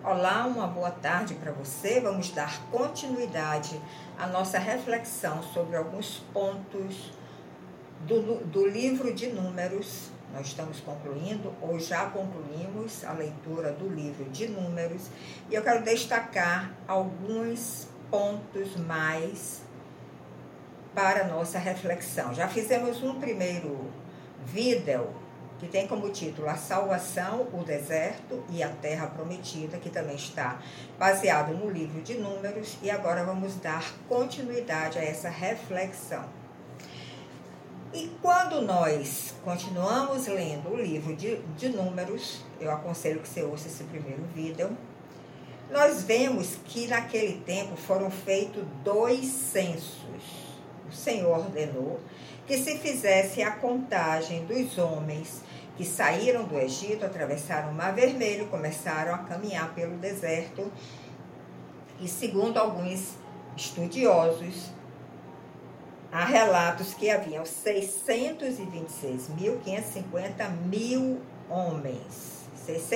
Olá, uma boa tarde para você. Vamos dar continuidade à nossa reflexão sobre alguns pontos do livro de Números. Nós estamos concluindo, ou já concluímos, a leitura do livro de Números. E eu quero destacar alguns pontos mais para a nossa reflexão. Já fizemos um primeiro vídeo que tem como título A Salvação, o Deserto e a Terra Prometida, que também está baseado no livro de Números, e agora vamos dar continuidade a essa reflexão. E quando nós continuamos lendo o livro de Números, eu aconselho que você ouça esse primeiro vídeo, nós vemos que naquele tempo foram feitos 2 censos. O Senhor ordenou que se fizesse a contagem dos homens que saíram do Egito, atravessaram o Mar Vermelho, começaram a caminhar pelo deserto. E segundo alguns estudiosos, há relatos que haviam 626.550 homens.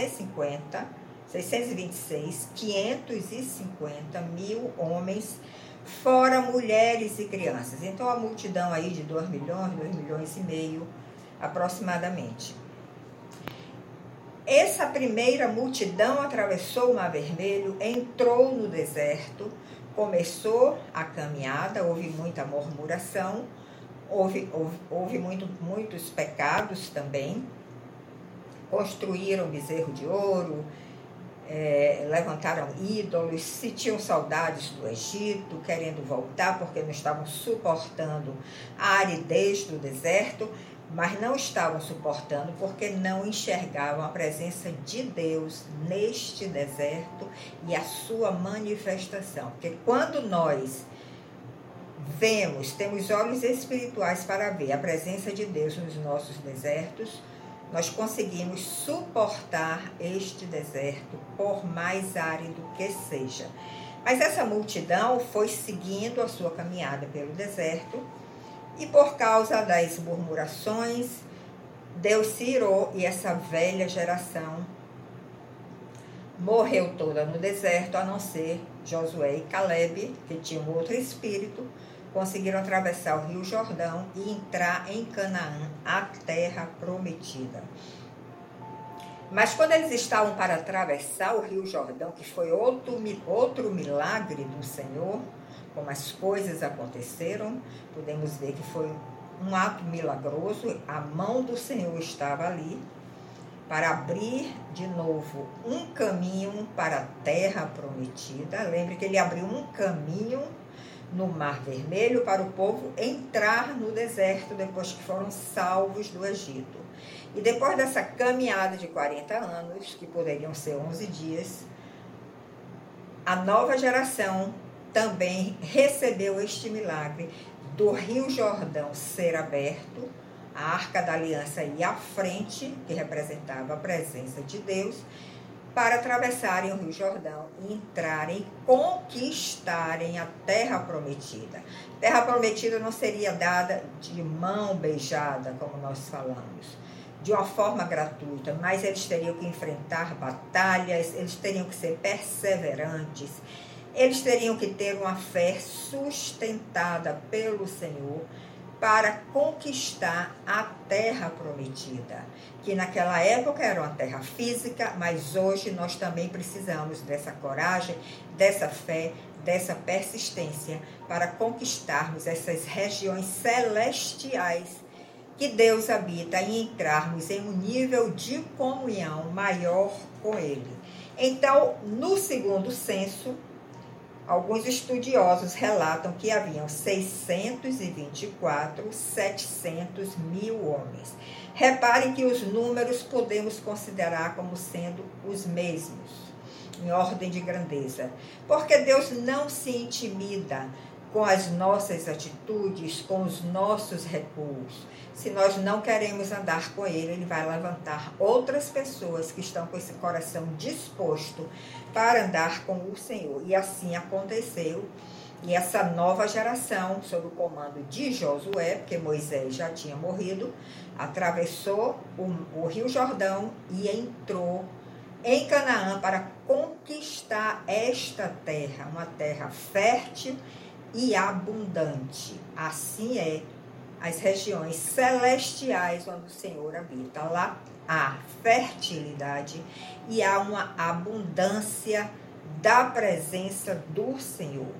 550 mil homens, fora mulheres e crianças. Então, a multidão aí de 2 milhões e meio, aproximadamente. Essa primeira multidão atravessou o Mar Vermelho, entrou no deserto, começou a caminhada, houve muita murmuração, houve muitos pecados também, construíram bezerro de ouro, levantaram ídolos, sentiam saudades do Egito, querendo voltar porque não estavam suportando a aridez do deserto, mas não estavam suportando porque não enxergavam a presença de Deus neste deserto e a sua manifestação. Porque quando nós temos olhos espirituais para ver a presença de Deus nos nossos desertos, nós conseguimos suportar este deserto, por mais árido que seja. Mas essa multidão foi seguindo a sua caminhada pelo deserto, e por causa das murmurações, Deus se irou e essa velha geração morreu toda no deserto, a não ser Josué e Caleb, que tinham outro espírito, conseguiram atravessar o Rio Jordão e entrar em Canaã, a terra prometida. Mas quando eles estavam para atravessar o Rio Jordão, que foi outro milagre do Senhor, como as coisas aconteceram, podemos ver que foi um ato milagroso, a mão do Senhor estava ali para abrir de novo um caminho para a terra prometida. Lembre que ele abriu um caminho no Mar Vermelho para o povo entrar no deserto depois que foram salvos do Egito. E depois dessa caminhada de 40 anos, que poderiam ser 11 dias, a nova geração também recebeu este milagre do Rio Jordão ser aberto, a Arca da Aliança ir à frente, que representava a presença de Deus, para atravessarem o Rio Jordão e entrarem, conquistarem a Terra Prometida. Terra Prometida não seria dada de mão beijada, como nós falamos, de uma forma gratuita, mas eles teriam que enfrentar batalhas, eles teriam que ser perseverantes, eles teriam que ter uma fé sustentada pelo Senhor para conquistar a terra prometida, que naquela época era uma terra física, mas hoje nós também precisamos dessa coragem, dessa fé, dessa persistência para conquistarmos essas regiões celestiais que Deus habita e entrarmos em um nível de comunhão maior com Ele. Então, no segundo censo, alguns estudiosos relatam que haviam 700 mil homens. Reparem que os números podemos considerar como sendo os mesmos, em ordem de grandeza. Porque Deus não se intimida com as nossas atitudes, com os nossos recuos. Se nós não queremos andar com Ele, Ele vai levantar outras pessoas que estão com esse coração disposto para andar com o Senhor. E assim aconteceu. E essa nova geração, sob o comando de Josué, porque Moisés já tinha morrido, atravessou o Rio Jordão e entrou em Canaã para conquistar esta terra, uma terra fértil e abundante. Assim é as regiões celestiais onde o Senhor habita. Lá há fertilidade e há uma abundância da presença do Senhor.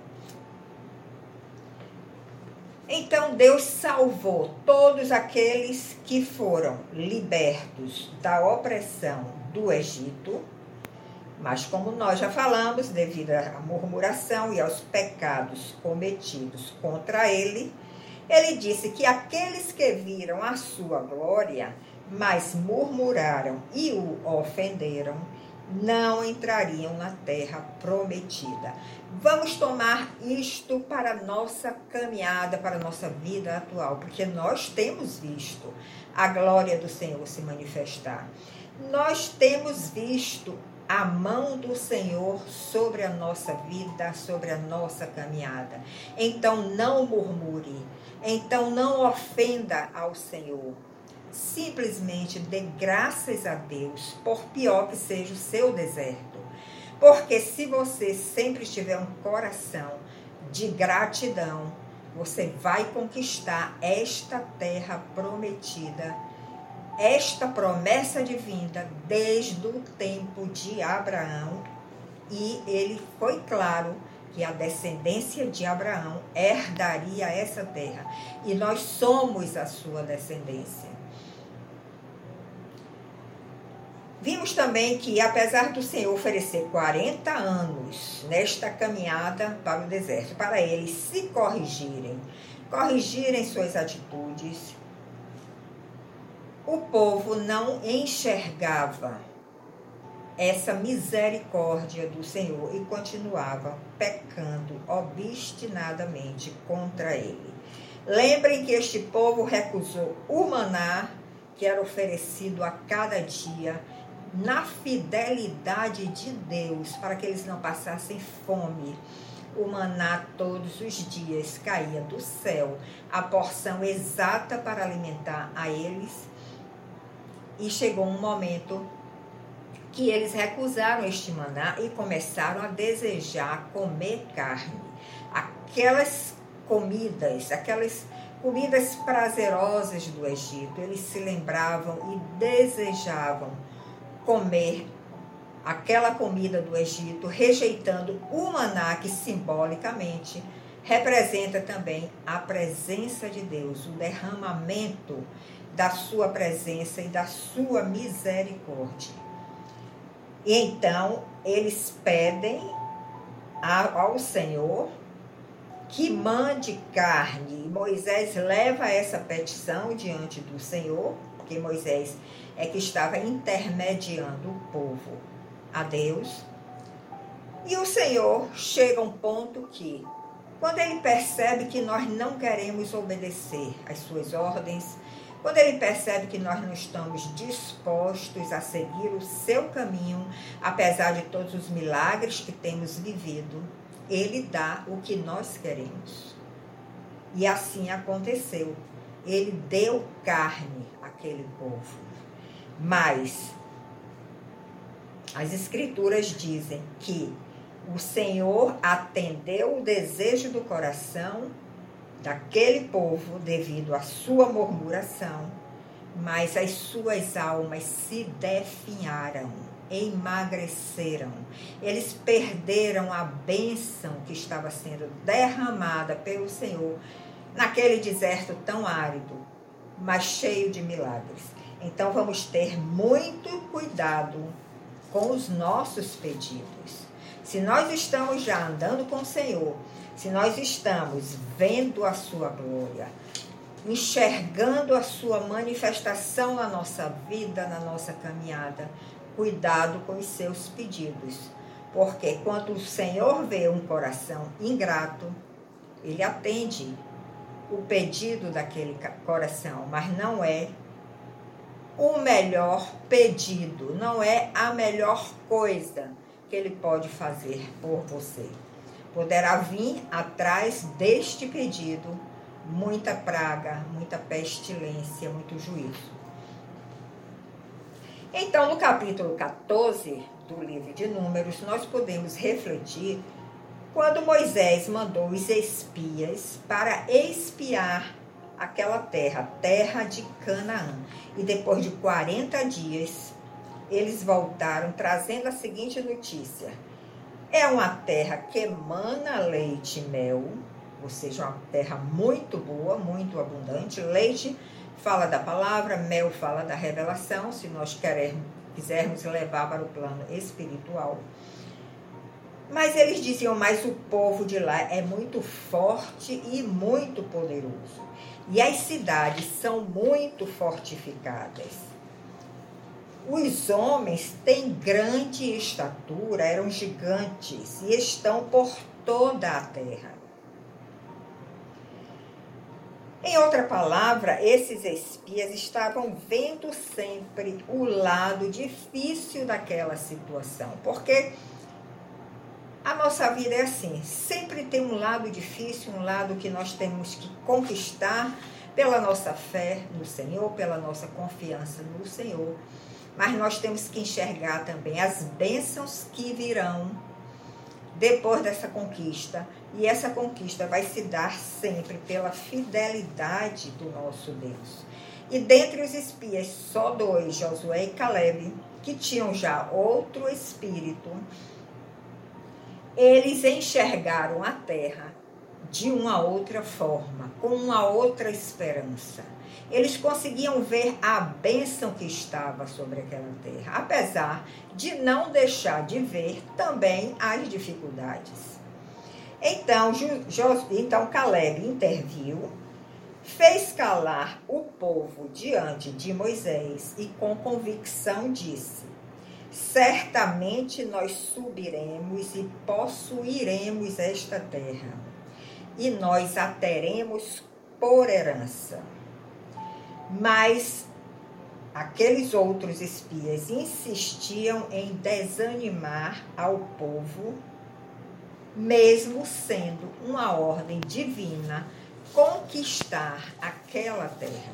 Então Deus salvou todos aqueles que foram libertos da opressão do Egito, mas como nós já falamos, devido à murmuração e aos pecados cometidos contra ele, ele disse que aqueles que viram a sua glória, mas murmuraram e o ofenderam, não entrariam na terra prometida. Vamos tomar isto para a nossa caminhada, para a nossa vida atual, porque nós temos visto a glória do Senhor se manifestar. Nós temos visto a mão do Senhor sobre a nossa vida, sobre a nossa caminhada. Então não murmure, então não ofenda ao Senhor. Simplesmente dê graças a Deus, por pior que seja o seu deserto. Porque se você sempre tiver um coração de gratidão, você vai conquistar esta terra prometida, esta promessa divina desde o tempo de Abraão. E ele foi claro que a descendência de Abraão herdaria essa terra. E nós somos a sua descendência. Vimos também que, apesar do Senhor oferecer 40 anos nesta caminhada para o deserto, para eles se corrigirem suas atitudes, o povo não enxergava essa misericórdia do Senhor e continuava pecando obstinadamente contra ele. Lembrem que este povo recusou o maná que era oferecido a cada dia, na fidelidade de Deus, para que eles não passassem fome. O maná todos os dias caía do céu, a porção exata para alimentar a eles. E chegou um momento que eles recusaram este maná e começaram a desejar comer carne. Aquelas comidas prazerosas do Egito, eles se lembravam e desejavam comer aquela comida do Egito, rejeitando o maná, que simbolicamente representa também a presença de Deus, o derramamento da sua presença e da sua misericórdia. E então eles pedem ao Senhor que mande carne. Moisés leva essa petição diante do Senhor, porque Moisés é que estava intermediando o povo a Deus. E o Senhor chega a um ponto que, quando ele percebe que nós não queremos obedecer às suas ordens, quando ele percebe que nós não estamos dispostos a seguir o seu caminho, apesar de todos os milagres que temos vivido, ele dá o que nós queremos. E assim aconteceu. Ele deu carne àquele povo. Mas as Escrituras dizem que o Senhor atendeu o desejo do coração daquele povo devido à sua murmuração, mas as suas almas se definharam, emagreceram. Eles perderam a bênção que estava sendo derramada pelo Senhor naquele deserto tão árido, mas cheio de milagres. Então vamos ter muito cuidado com os nossos pedidos. Se nós estamos já andando com o Senhor, se nós estamos vendo a sua glória, enxergando a sua manifestação na nossa vida, na nossa caminhada, cuidado com os seus pedidos. Porque quando o Senhor vê um coração ingrato, ele atende o pedido daquele coração, mas não é o melhor pedido, não é a melhor coisa que ele pode fazer por você. Poderá vir atrás deste pedido muita praga, muita pestilência, muito juízo. Então, no capítulo 14 do livro de Números, nós podemos refletir quando Moisés mandou os espias para espiar aquela terra, terra de Canaã. E depois de 40 dias, eles voltaram trazendo a seguinte notícia: é uma terra que emana leite e mel, ou seja, uma terra muito boa, muito abundante. Leite fala da palavra, mel fala da revelação, se nós quisermos levar para o plano espiritual. Mas eles diziam, mas o povo de lá é muito forte e muito poderoso. E as cidades são muito fortificadas. Os homens têm grande estatura, eram gigantes e estão por toda a terra. Em outra palavra, esses espias estavam vendo sempre o lado difícil daquela situação, porque a nossa vida é assim, sempre tem um lado difícil, um lado que nós temos que conquistar pela nossa fé no Senhor, pela nossa confiança no Senhor. Mas nós temos que enxergar também as bênçãos que virão depois dessa conquista. E essa conquista vai se dar sempre pela fidelidade do nosso Deus. E dentre os espias, só 2, Josué e Calebe, que tinham já outro espírito, eles enxergaram a terra de uma outra forma, com uma outra esperança. Eles conseguiam ver a bênção que estava sobre aquela terra, apesar de não deixar de ver também as dificuldades. Então Calebe interviu, fez calar o povo diante de Moisés e com convicção disse: certamente nós subiremos e possuiremos esta terra, e nós a teremos por herança. Mas aqueles outros espias insistiam em desanimar ao povo, mesmo sendo uma ordem divina conquistar aquela terra.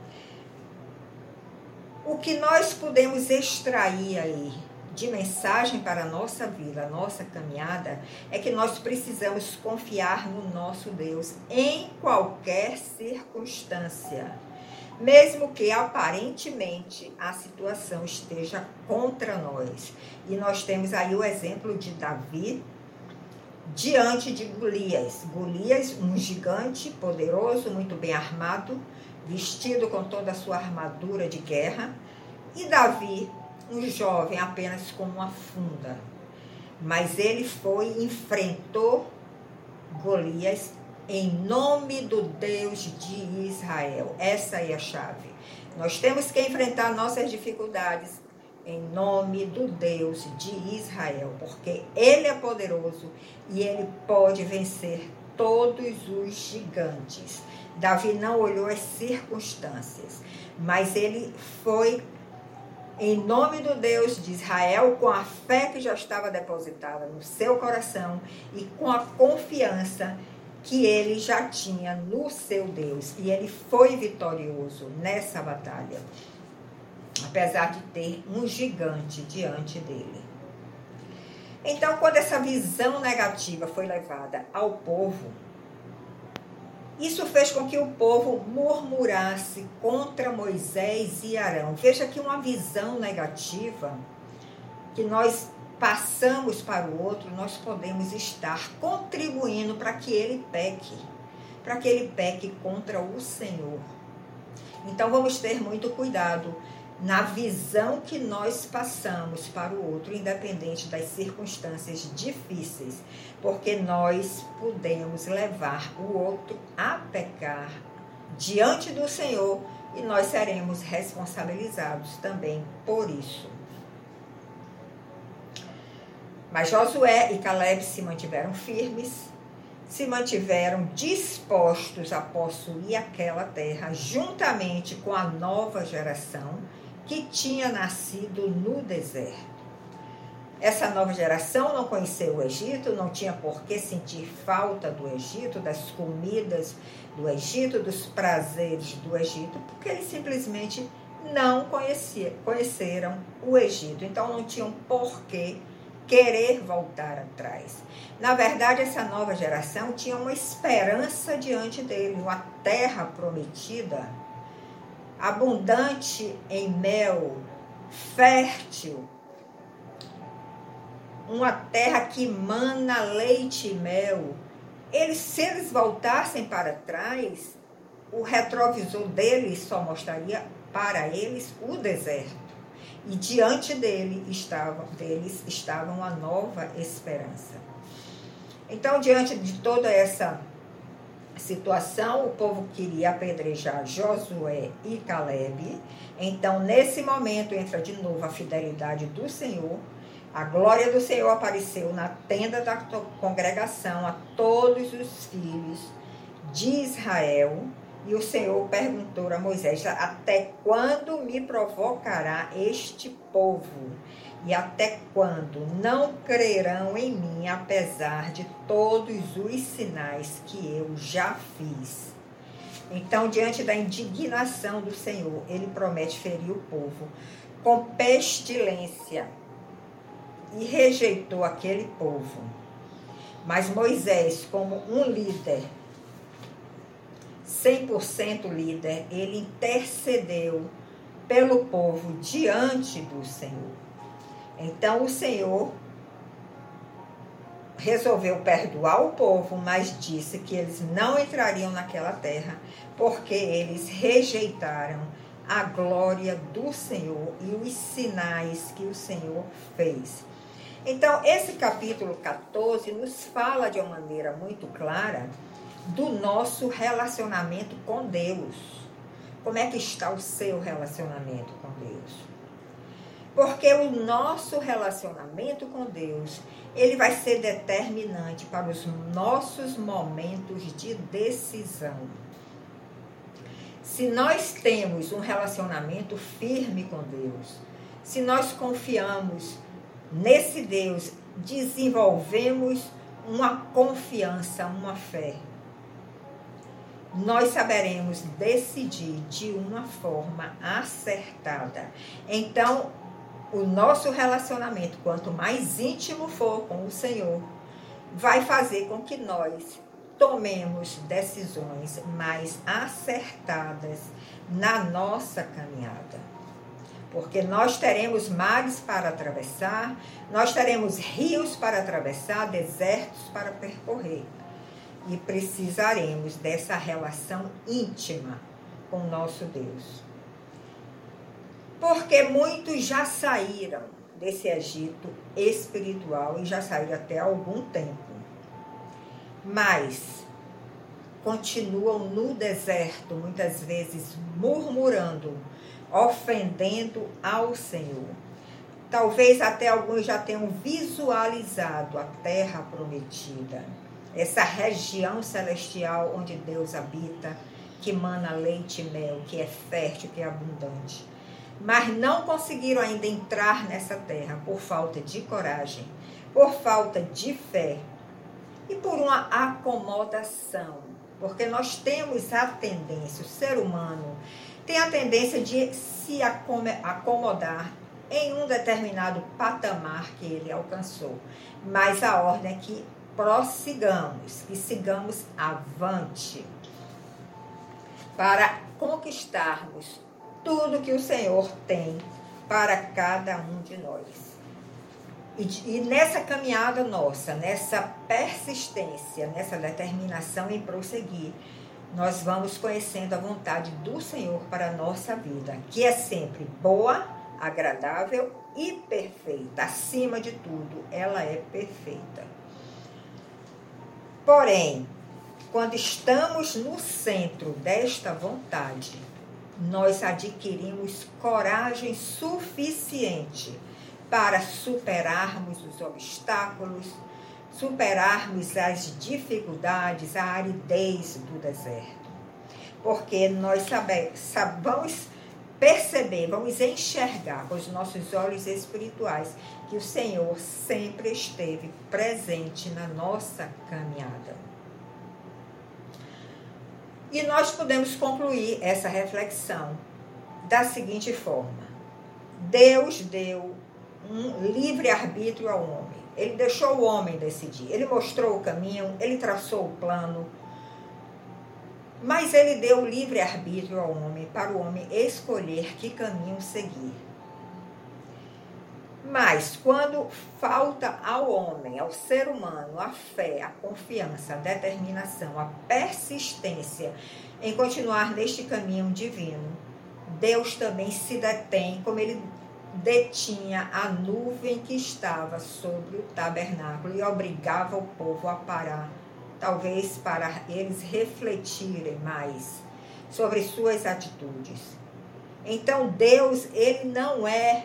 O que nós podemos extrair aí de mensagem para a nossa vida, a nossa caminhada, é que nós precisamos confiar no nosso Deus em qualquer circunstância, mesmo que aparentemente a situação esteja contra nós. E nós temos aí o exemplo de Davi diante de Golias. Golias, um gigante poderoso, muito bem armado, vestido com toda a sua armadura de guerra, e Davi, um jovem apenas com uma funda. Mas ele foi e enfrentou Golias em nome do Deus de Israel. Essa é a chave. Nós temos que enfrentar nossas dificuldades em nome do Deus de Israel, porque Ele é poderoso e Ele pode vencer todos os gigantes. Davi não olhou as circunstâncias, mas ele foi em nome do Deus de Israel, com a fé que já estava depositada no seu coração e com a confiança que ele já tinha no seu Deus. E ele foi vitorioso nessa batalha, apesar de ter um gigante diante dele. Então, quando essa visão negativa foi levada ao povo, isso fez com que o povo murmurasse contra Moisés e Arão. Veja que uma visão negativa que nós passamos para o outro, nós podemos estar contribuindo para que ele peque contra o Senhor. Então vamos ter muito cuidado na visão que nós passamos para o outro, independente das circunstâncias difíceis, porque nós podemos levar o outro a pecar diante do Senhor e nós seremos responsabilizados também por isso. Mas Josué e Calebe se mantiveram firmes, se mantiveram dispostos a possuir aquela terra juntamente com a nova geração que tinha nascido no deserto. Essa nova geração não conheceu o Egito, não tinha por que sentir falta do Egito, das comidas do Egito, dos prazeres do Egito, porque eles simplesmente não conheceram o Egito. Então não tinham por que querer voltar atrás. Na verdade, essa nova geração tinha uma esperança diante deles, uma terra prometida, abundante em mel, fértil, uma terra que mana leite e mel. Se eles voltassem para trás, o retrovisor deles só mostraria para eles o deserto. E diante deles estava uma nova esperança. Então, diante de toda essa situação, o povo queria apedrejar Josué e Calebe. Então, nesse momento, entra de novo a fidelidade do Senhor. A glória do Senhor apareceu na tenda da congregação a todos os filhos de Israel. E o Senhor perguntou a Moisés: até quando me provocará este povo? E até quando não crerão em mim, apesar de todos os sinais que eu já fiz? Então, diante da indignação do Senhor, ele promete ferir o povo com pestilência e rejeitou aquele povo. Mas Moisés, como um líder, 100% líder, ele intercedeu pelo povo diante do Senhor. Então o Senhor resolveu perdoar o povo, mas disse que eles não entrariam naquela terra, porque eles rejeitaram a glória do Senhor e os sinais que o Senhor fez. Então, esse capítulo 14 nos fala de uma maneira muito clara do nosso relacionamento com Deus. Como é que está o seu relacionamento com Deus? Porque o nosso relacionamento com Deus, ele vai ser determinante para os nossos momentos de decisão. Se nós temos um relacionamento firme com Deus, se nós confiamos nesse Deus, desenvolvemos uma confiança, uma fé, nós saberemos decidir de uma forma acertada. Então, o nosso relacionamento, quanto mais íntimo for com o Senhor, vai fazer com que nós tomemos decisões mais acertadas na nossa caminhada. Porque nós teremos mares para atravessar, nós teremos rios para atravessar, desertos para percorrer. E precisaremos dessa relação íntima com o nosso Deus. Porque muitos já saíram desse Egito espiritual e já saíram até há algum tempo. Mas continuam no deserto, muitas vezes murmurando, ofendendo ao Senhor. Talvez até alguns já tenham visualizado a terra prometida, essa região celestial onde Deus habita, que mana leite e mel, que é fértil, que é abundante. Mas não conseguiram ainda entrar nessa terra por falta de coragem, por falta de fé e por uma acomodação. Porque nós temos a tendência, o ser humano tem a tendência de se acomodar em um determinado patamar que ele alcançou. Mas a ordem é que prossigamos, que sigamos avante para conquistarmos tudo que o Senhor tem para cada um de nós. E nessa caminhada nossa, nessa persistência, nessa determinação em prosseguir, nós vamos conhecendo a vontade do Senhor para a nossa vida, que é sempre boa, agradável e perfeita. Acima de tudo, ela é perfeita. Porém, quando estamos no centro desta vontade, nós adquirimos coragem suficiente para superarmos os obstáculos, superarmos as dificuldades, a aridez do deserto. Porque nós vamos perceber, vamos enxergar com os nossos olhos espirituais que o Senhor sempre esteve presente na nossa caminhada. E nós podemos concluir essa reflexão da seguinte forma: Deus deu um livre-arbítrio ao homem. Ele deixou o homem decidir. Ele mostrou o caminho, ele traçou o plano, mas ele deu o livre-arbítrio ao homem, para o homem escolher que caminho seguir. Mas quando falta ao homem, ao ser humano, a fé, a confiança, a determinação, a persistência em continuar neste caminho divino, Deus também se detém, como ele detinha a nuvem que estava sobre o tabernáculo e obrigava o povo a parar, talvez para eles refletirem mais sobre suas atitudes. Então Deus, ele não é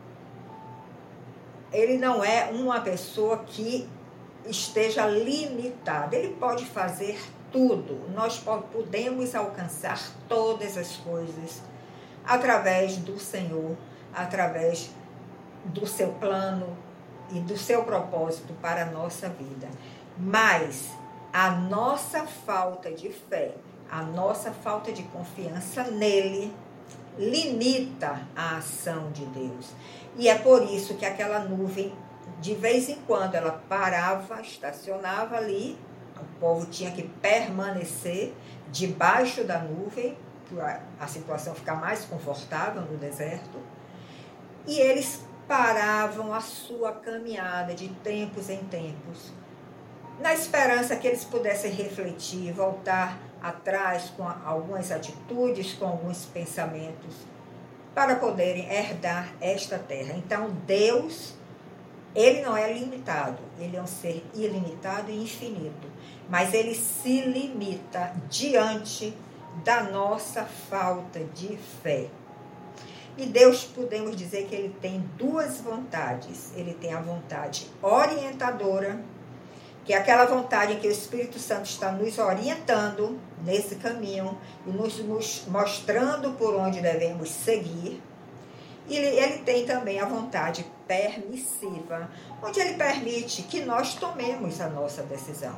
uma pessoa que esteja limitada. Ele pode fazer tudo. Nós podemos alcançar todas as coisas através do Senhor, através do seu plano e do seu propósito para a nossa vida. Mas a nossa falta de fé, a nossa falta de confiança nele, limita a ação de Deus. E é por isso que aquela nuvem, de vez em quando, ela parava, estacionava ali, o povo tinha que permanecer debaixo da nuvem, para a situação ficar mais confortável no deserto, e eles paravam a sua caminhada de tempos em tempos, na esperança que eles pudessem refletir, voltar atrás com algumas atitudes, com alguns pensamentos, para poderem herdar esta terra. Então, Deus, ele não é limitado, ele é um ser ilimitado e infinito, mas ele se limita diante da nossa falta de fé. E Deus, podemos dizer que ele tem duas vontades. Ele tem a vontade orientadora, que é aquela vontade em que o Espírito Santo está nos orientando nesse caminho e nos mostrando por onde devemos seguir. E ele tem também a vontade permissiva, onde ele permite que nós tomemos a nossa decisão.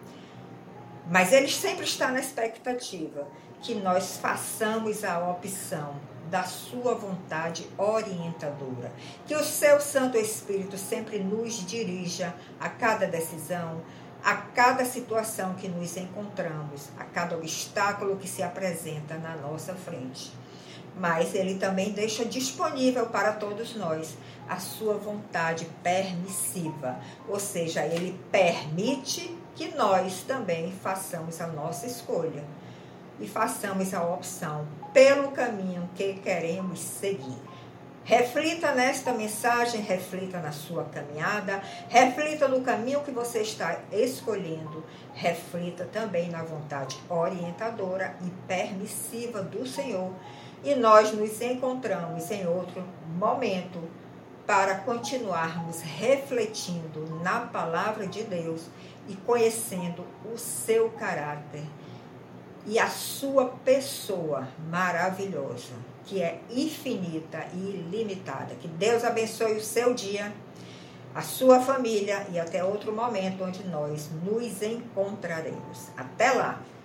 Mas ele sempre está na expectativa que nós façamos a opção da sua vontade orientadora. Que o seu Santo Espírito sempre nos dirija a cada decisão, a cada situação que nos encontramos, a cada obstáculo que se apresenta na nossa frente. Mas ele também deixa disponível para todos nós a sua vontade permissiva, ou seja, ele permite que nós também façamos a nossa escolha e façamos a opção pelo caminho que queremos seguir. Reflita nesta mensagem, reflita na sua caminhada, reflita no caminho que você está escolhendo, reflita também na vontade orientadora e permissiva do Senhor. E nós nos encontramos em outro momento para continuarmos refletindo na palavra de Deus e conhecendo o seu caráter e a sua pessoa maravilhosa, que é infinita e ilimitada. Que Deus abençoe o seu dia, a sua família e até outro momento onde nós nos encontraremos. Até lá!